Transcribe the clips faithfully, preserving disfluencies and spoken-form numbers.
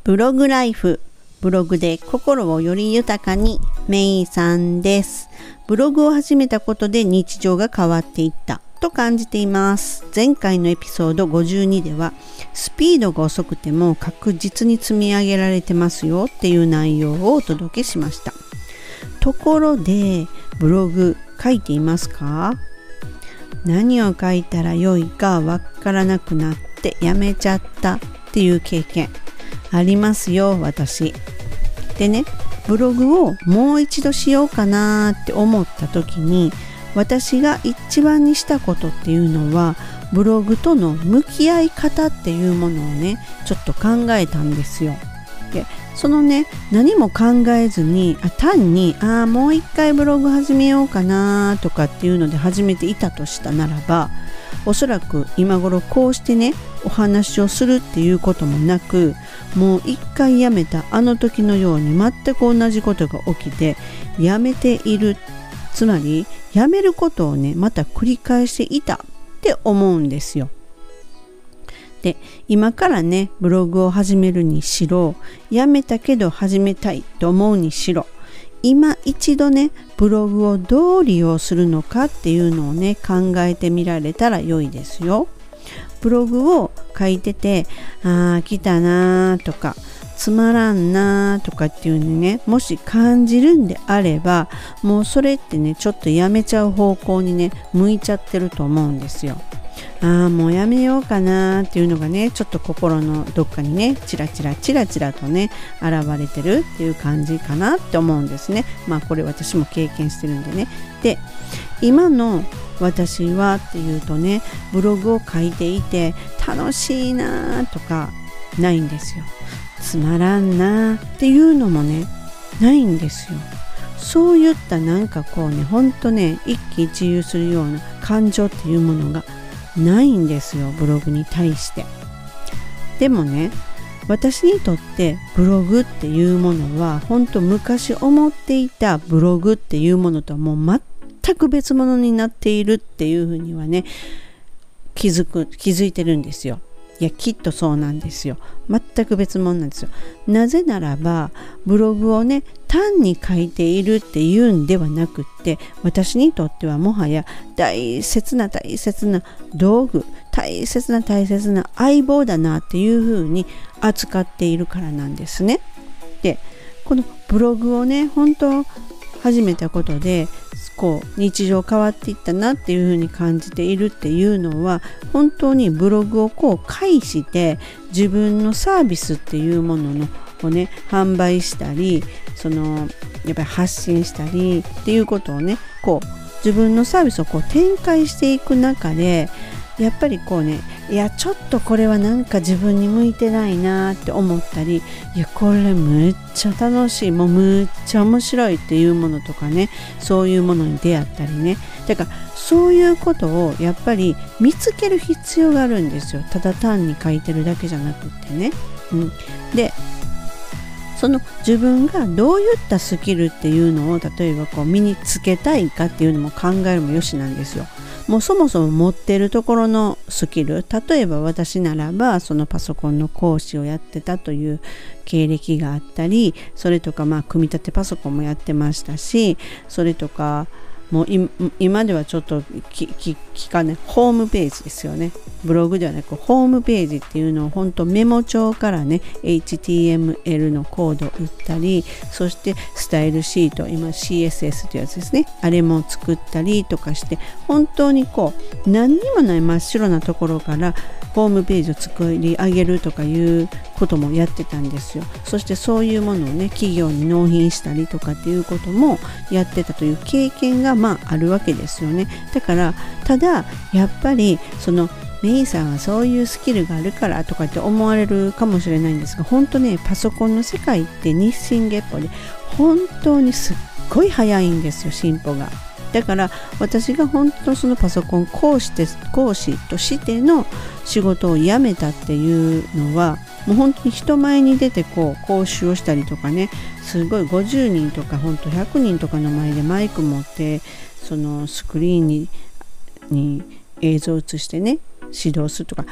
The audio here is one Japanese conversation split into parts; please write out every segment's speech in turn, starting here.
ブログライフ、ブログで心をより豊かに、メイさんです。ブログを始めたことで日常が変わっていったと感じています。前回のエピソードごじゅうにでは、スピードが遅くても確実に積み上げられてますよっていう内容をお届けしました。ところで、ブログ書いていますか？何を書いたらよいかわからなくなってやめちゃったっていう経験ありますよ、私。でね、ブログをもう一度しようかなって思った時に、私が一番にしたことっていうのは、ブログとの向き合い方っていうものをね、ちょっと考えたんですよ。で、そのね、何も考えずに、あ単にあもう一回ブログ始めようかなとかっていうので始めていたとしたならば、おそらく今頃こうしてね、お話をするっていうこともなく、もう一回やめたあの時のように全く同じことが起きてやめている、つまりやめることをねまた繰り返していたって思うんですよ。で、今からねブログを始めるにしろ、やめたけど始めたいと思うにしろ、今一度ねブログをどう利用するのかっていうのをね考えてみられたら良いですよ。ブログを書いてて、あー来たなーとかつまらんなーとかっていうのね、もし感じるんであれば、もうそれってねちょっとやめちゃう方向にね向いちゃってると思うんですよ。あーもうやめようかなーっていうのがね、ちょっと心のどっかにねチラチラチラチラとね現れてるっていう感じかなって思うんですね。まあこれ私も経験してるんでね。で、今の私はっていうとね、ブログを書いていて楽しいなとかないんですよ。つまらんなっていうのもねないんですよ。そういったなんかこうね、ほんとね一喜一憂するような感情っていうものがないんですよ、ブログに対して。でもね、私にとってブログっていうものはほんと昔思っていたブログっていうものとはもう全く別物になっているっていうふうにはね気づく気づいてるんですよ。いやきっとそうなんですよ。全く別物なんですよ。なぜならばブログをね単に書いているっていうんではなくって、私にとってはもはや大切な大切な道具、大切な大切な相棒だなっていうふうに扱っているからなんですね。で、このブログをね本当始めたことでこう日常変わっていったなっていう風に感じているっていうのは、本当にブログをこう介して自分のサービスっていうもののをね販売したり、そのやっぱり発信したりっていうことをねこう自分のサービスをこう展開していく中で、やっぱりこうね、いやちょっとこれはなんか自分に向いてないなって思ったり、いやこれむっちゃ楽しい、もうむっちゃ面白いっていうものとかね、そういうものに出会ったりね、だからそういうことをやっぱり見つける必要があるんですよ。ただ単に書いてるだけじゃなくってね、うん、でその自分がどういったスキルっていうのを例えばこう身につけたいかっていうのも考えるもよしなんですよ。もうそもそも持っているところのスキル、例えば私ならばそのパソコンの講師をやってたという経歴があったり、それとかまあ組み立てパソコンもやってましたし、それとかもう今ではちょっと聞かないホームページですよね。ブログではなくホームページっていうのを本当メモ帳からね エイチティーエムエル のコードを打ったり、そしてスタイルシート、今 シーエスエス というやつですね、あれも作ったりとかして、本当にこう何にもない真っ白なところからホームページを作り上げるとかいうこともやってたんですよ。そしてそういうものをね企業に納品したりとかっていうこともやってたという経験がまああるわけですよね。だからただやっぱりそのメイさんはそういうスキルがあるからとかって思われるかもしれないんですが、本当ねパソコンの世界って日進月歩で本当にすっごい早いんですよ、進歩が。だから私が本当そのパソコン講師で講師としての仕事を辞めたっていうのは、もう本当に人前に出てこう講習をしたりとかね、すごいごじゅうにんとか本当ひゃくにんとかの前でマイク持ってそのスクリーンにに映像を映してね指導するとか、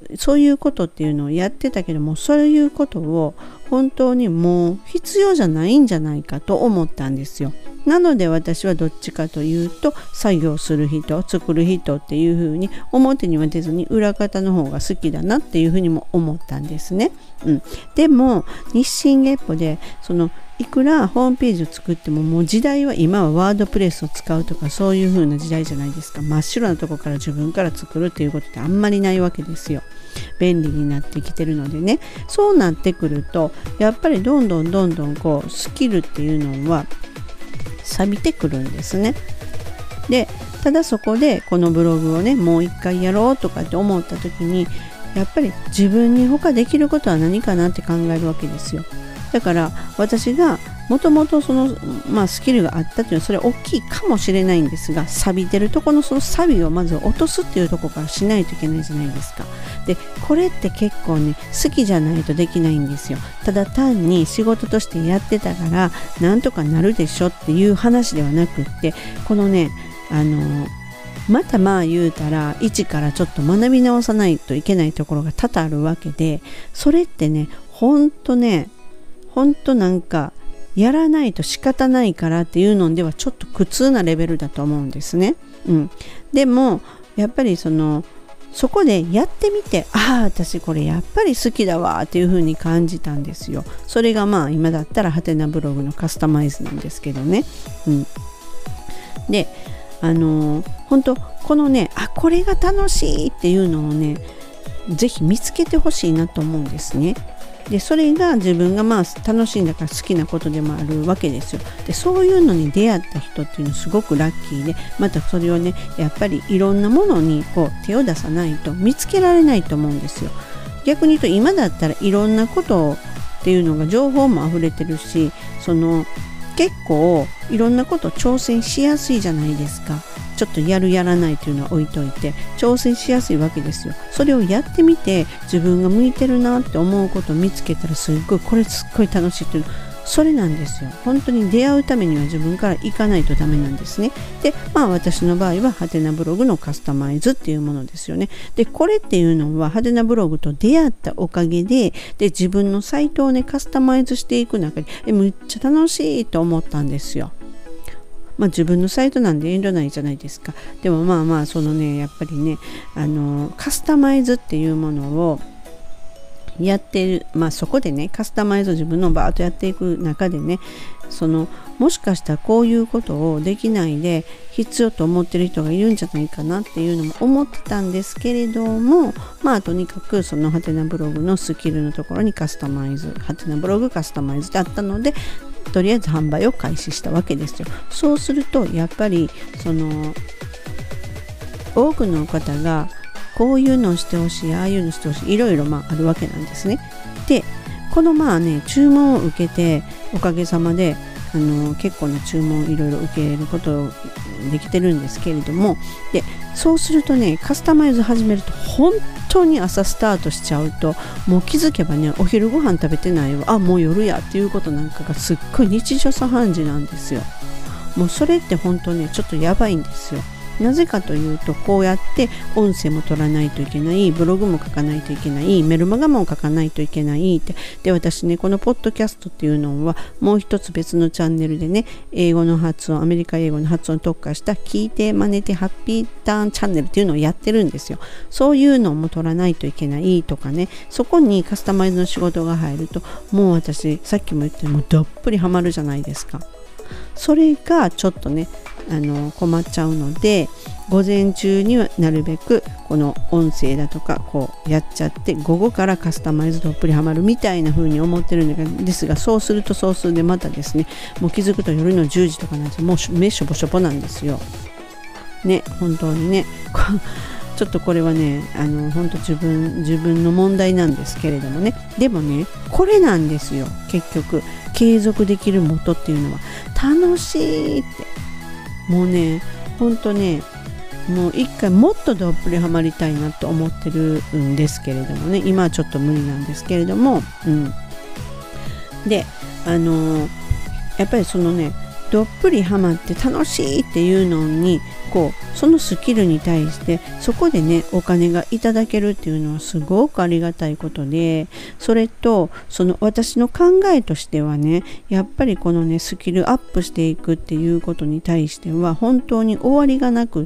そういうことっていうのをやってたけども、そういうことを本当にもう必要じゃないんじゃないかと思ったんですよ。なので私はどっちかというと作業する人、作る人っていう風に表には出ずに裏方の方が好きだなっていう風にも思ったんですね。うん、でも日進月歩でそのいくらホームページを作ってももう時代は今はワードプレスを使うとかそういう風な時代じゃないですか。真っ白なとこから自分から作るっていうことってあんまりないわけですよ。便利になってきてるのでね。そうなってくるとやっぱりどんどんどんどんこうスキルっていうのは錆びてくるんですね。でただそこでこのブログをねもう一回やろうとかって思った時にやっぱり自分に他できることは何かなって考えるわけですよ。だから私がもともとその、まあ、スキルがあったというのはそれは大きいかもしれないんですが、錆びてるところのその錆をまず落とすっていうところからしないといけないじゃないですか。でこれって結構ね好きじゃないとできないんですよ。ただ単に仕事としてやってたからなんとかなるでしょっていう話ではなくって、このねあのまたまあ言うたら一からちょっと学び直さないといけないところが多々あるわけで、それってねほんとねほんとなんかやらないと仕方ないからっていうのではちょっと苦痛なレベルだと思うんですね。うん、でもやっぱりそのそこでやってみて、ああ私これやっぱり好きだわっていう風に感じたんですよ。それがまあ今だったらハテナブログのカスタマイズなんですけどね。うん、であのー、本当このねあこれが楽しいっていうのをねぜひ見つけてほしいなと思うんですね。でそれが自分がまあ楽しいんだから好きなことでもあるわけですよ。でそういうのに出会った人っていうのはすごくラッキーで、またそれをねやっぱりいろんなものにこう手を出さないと見つけられないと思うんですよ。逆に言うと今だったらいろんなことっていうのが情報も溢れてるし、その結構いろんなこと挑戦しやすいじゃないですか。ちょっとやるやらないというのは置いといて挑戦しやすいわけですよ。それをやってみて自分が向いてるなって思うことを見つけたらすっごいこれすっごい楽しいというそれなんですよ。本当に出会うためには自分から行かないとダメなんですね。でまあ私の場合はハテナブログのカスタマイズっていうものですよね。でこれっていうのはハテナブログと出会ったおかげでで自分のサイトをねカスタマイズしていく中でえむっちゃ楽しいと思ったんですよ。まあ自分のサイトなんで遠慮ないじゃないですか。でもまあまあそのねやっぱりねあのカスタマイズっていうものをやってる、まあそこでねカスタマイズを自分のバーッとやっていく中でねそのもしかしたらこういうことをできないで必要と思ってる人がいるんじゃないかなっていうのも思ってたんですけれども、まあとにかくそのハテナブログのスキルのところにカスタマイズハテナブログカスタマイズであったのでとりあえず販売を開始したわけですよ。そうするとやっぱりその多くの方がこういうのをしてほしいああいうのをしてほしいいろいろまああるわけなんですね。でこのまあね注文を受けておかげさまであの結構な注文をいろいろ受けることできてるんですけれども、でそうするとねカスタマイズ始めると本当に朝スタートしちゃうともう気づけばねお昼ご飯食べてないわあもう夜やっていうことなんかがすっごい日常茶飯事なんですよ。もうそれって本当ねちょっとやばいんですよ。なぜかというとこうやって音声も取らないといけないブログも書かないといけないメルマガも書かないといけないってで私ねこのポッドキャストっていうのはもう一つ別のチャンネルでね英語の発音アメリカ英語の発音に特化した聞いて真似てハッピーターンチャンネルっていうのをやってるんですよ。そういうのも取らないといけないとかねそこにカスタマイズの仕事が入るともう私さっきも言ったようにどっぷりハマるじゃないですか。それがちょっとねあの困っちゃうので午前中にはなるべくこの音声だとかこうやっちゃって午後からカスタマイズどっぷりハマるみたいな風に思ってるんですがそうするとそうするでまたですねもう気づくと夜のじゅうじとかなんてもう目しょぼしょぼなんですよね本当にねちょっとこれはねあの本当自分自分の問題なんですけれどもねでもねこれなんですよ結局継続できる元っていうのは楽しいってもうねほんとねもう一回もっとどっぷりハマりたいなと思ってるんですけれどもね今はちょっと無理なんですけれども、うん、であのー、やっぱりそのねどっぷりハマって楽しいっていうのにこうそのスキルに対してそこでねお金がいただけるっていうのはすごくありがたいことで、それとその私の考えとしてはね、やっぱりこのねスキルアップしていくっていうことに対しては本当に終わりがなくって、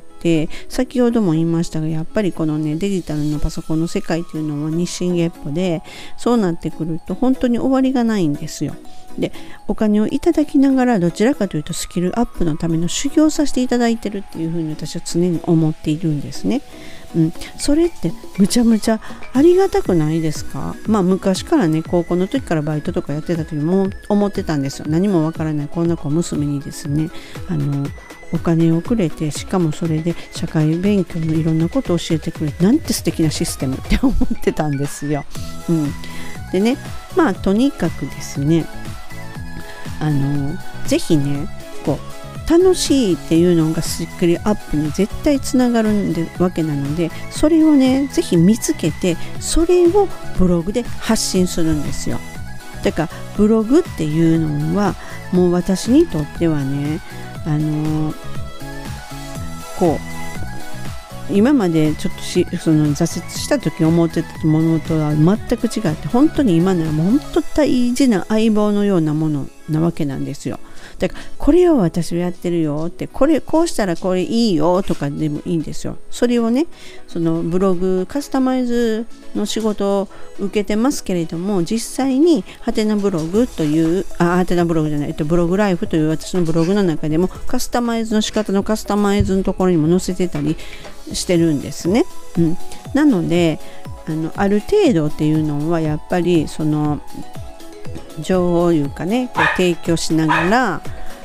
先ほども言いましたが、やっぱりこのねデジタルのパソコンの世界っていうのは日進月歩で、そうなってくると本当に終わりがないんですよ。で、お金をいただきながらどちらかというとスキルアップのための修行をさせていただいてるっていうふうに私は常に思っているんですね。うん、それってむちゃむちゃありがたくないですか？まあ昔からね、高校の時からバイトとかやってた時も思ってたんですよ。何もわからないこんな子娘にですね、あのお金をくれて、しかもそれで社会勉強のいろんなことを教えてくれて、なんて素敵なシステムって思ってたんですよ。うん、でね、まあとにかくですね、あのぜひねこう楽しいっていうのがスキルアップに絶対つながるんでわけなので、それをねぜひ見つけて、それをブログで発信するんですよ。だからブログっていうのはもう私にとってはね、あのこう今までちょっとしその挫折した時思ってたものとは全く違って、本当に今のはもう本当大事な相棒のようなものなわけなんですよ。だからこれを私はやってるよって、これこうしたらこれいいよとかでもいいんですよ。それをね、そのブログカスタマイズの仕事を受けてますけれども、実際にハテナブログというあハテナブログじゃない、えっと、ブログライフという私のブログの中でもカスタマイズの仕方のカスタマイズのところにも載せてたりしてるんですね。うん、なのであのある程度っていうのはやっぱりその情報いうかね、こう提供しながら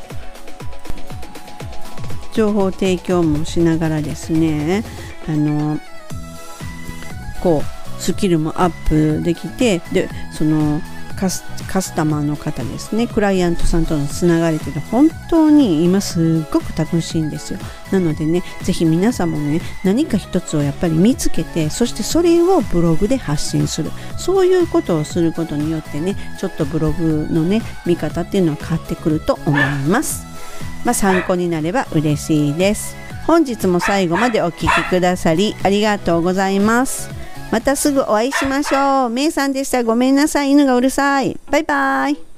情報提供もしながらですね、あのこうスキルもアップできて、でそのカス、カスタマーの方ですね、クライアントさんとのつながりというのは本当に今すごく楽しいんですよ。なのでね、ぜひ皆さんもね何か一つをやっぱり見つけて、そしてそれをブログで発信する、そういうことをすることによってね、ちょっとブログのね見方っていうのは変わってくると思います。まあ、参考になれば嬉しいです。本日も最後までお聞きくださりありがとうございます。またすぐお会いしましょう。めいさんでした。ごめんなさい。犬がうるさい。バイバイ。